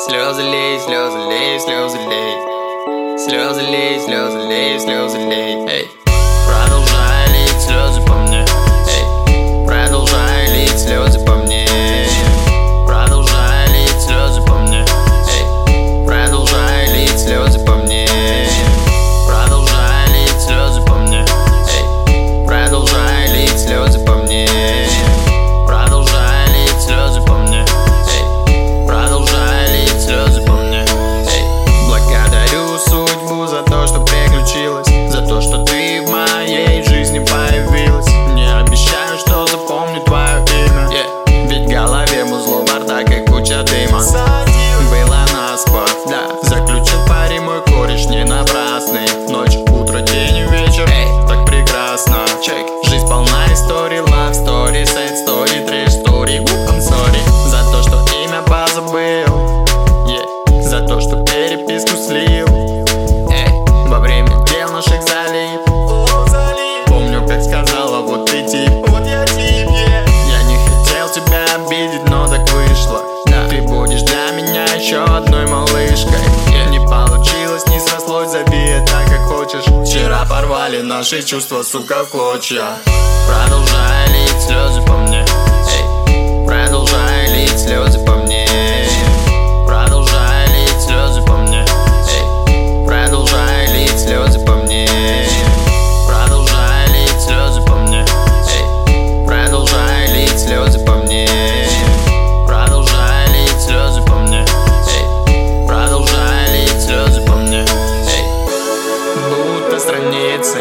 Слезы лей, слезы лей, слезы лей. Слезы лей, слезы лей, слезы лей. Эй, продолжай лить слезы по мне. Эй, продолжай лить слезы по мне. Продолжай лить слезы по мне. Эй, продолжай лить слезы по мне. Продолжай лить слезы по мне. Эй, продолжай лить слезы по мне. Продолжай лить слезы по мне. Эй, продолжай лить слезы по мне. Эй, благодарю судьбу за то, что приключилась, за то, что ты в моей жизни появилась. Не обещаю, что запомню твое имя, ведь в голове музло бардак и куча дыма. Было наспор, да, заключил парень мой кореш не напрасный. Ночь, утро, день и вечер, так прекрасно. Чек, жизнь полна историй, love story, sad story, trash story, I'm sorry. За то, что имя позабыл, за то, что переписку слил, во время дел наших залип. Помню, как сказала, вот ты тип, вот я тип, Я не хотел тебя обидеть, но так вышло. Ты будешь для меня еще одной малышкой. Не получилось, не срослось, зови это как хочешь. Вчера порвали наши чувства, сука, в клочья. Продолжай лить слезы по мне. Эй, продолжай лить слезы по мне. Продолжай лить слезы по мне. Эй, продолжай лить слезы по мне. Продолжай лить слезы по мне. Эй, продолжай лить слезы по мне. Продолжай лить слезы по мне. Эй, продолжай лить слезы по мне. Эй, будто страницы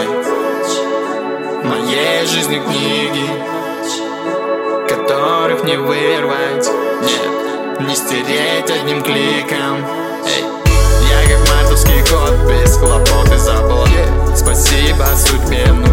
моей жизни книги, которых не вырвать, нет, не стереть одним кликом. Эй, я как мартовский кот без хлопот и забот. Спасибо судьбе.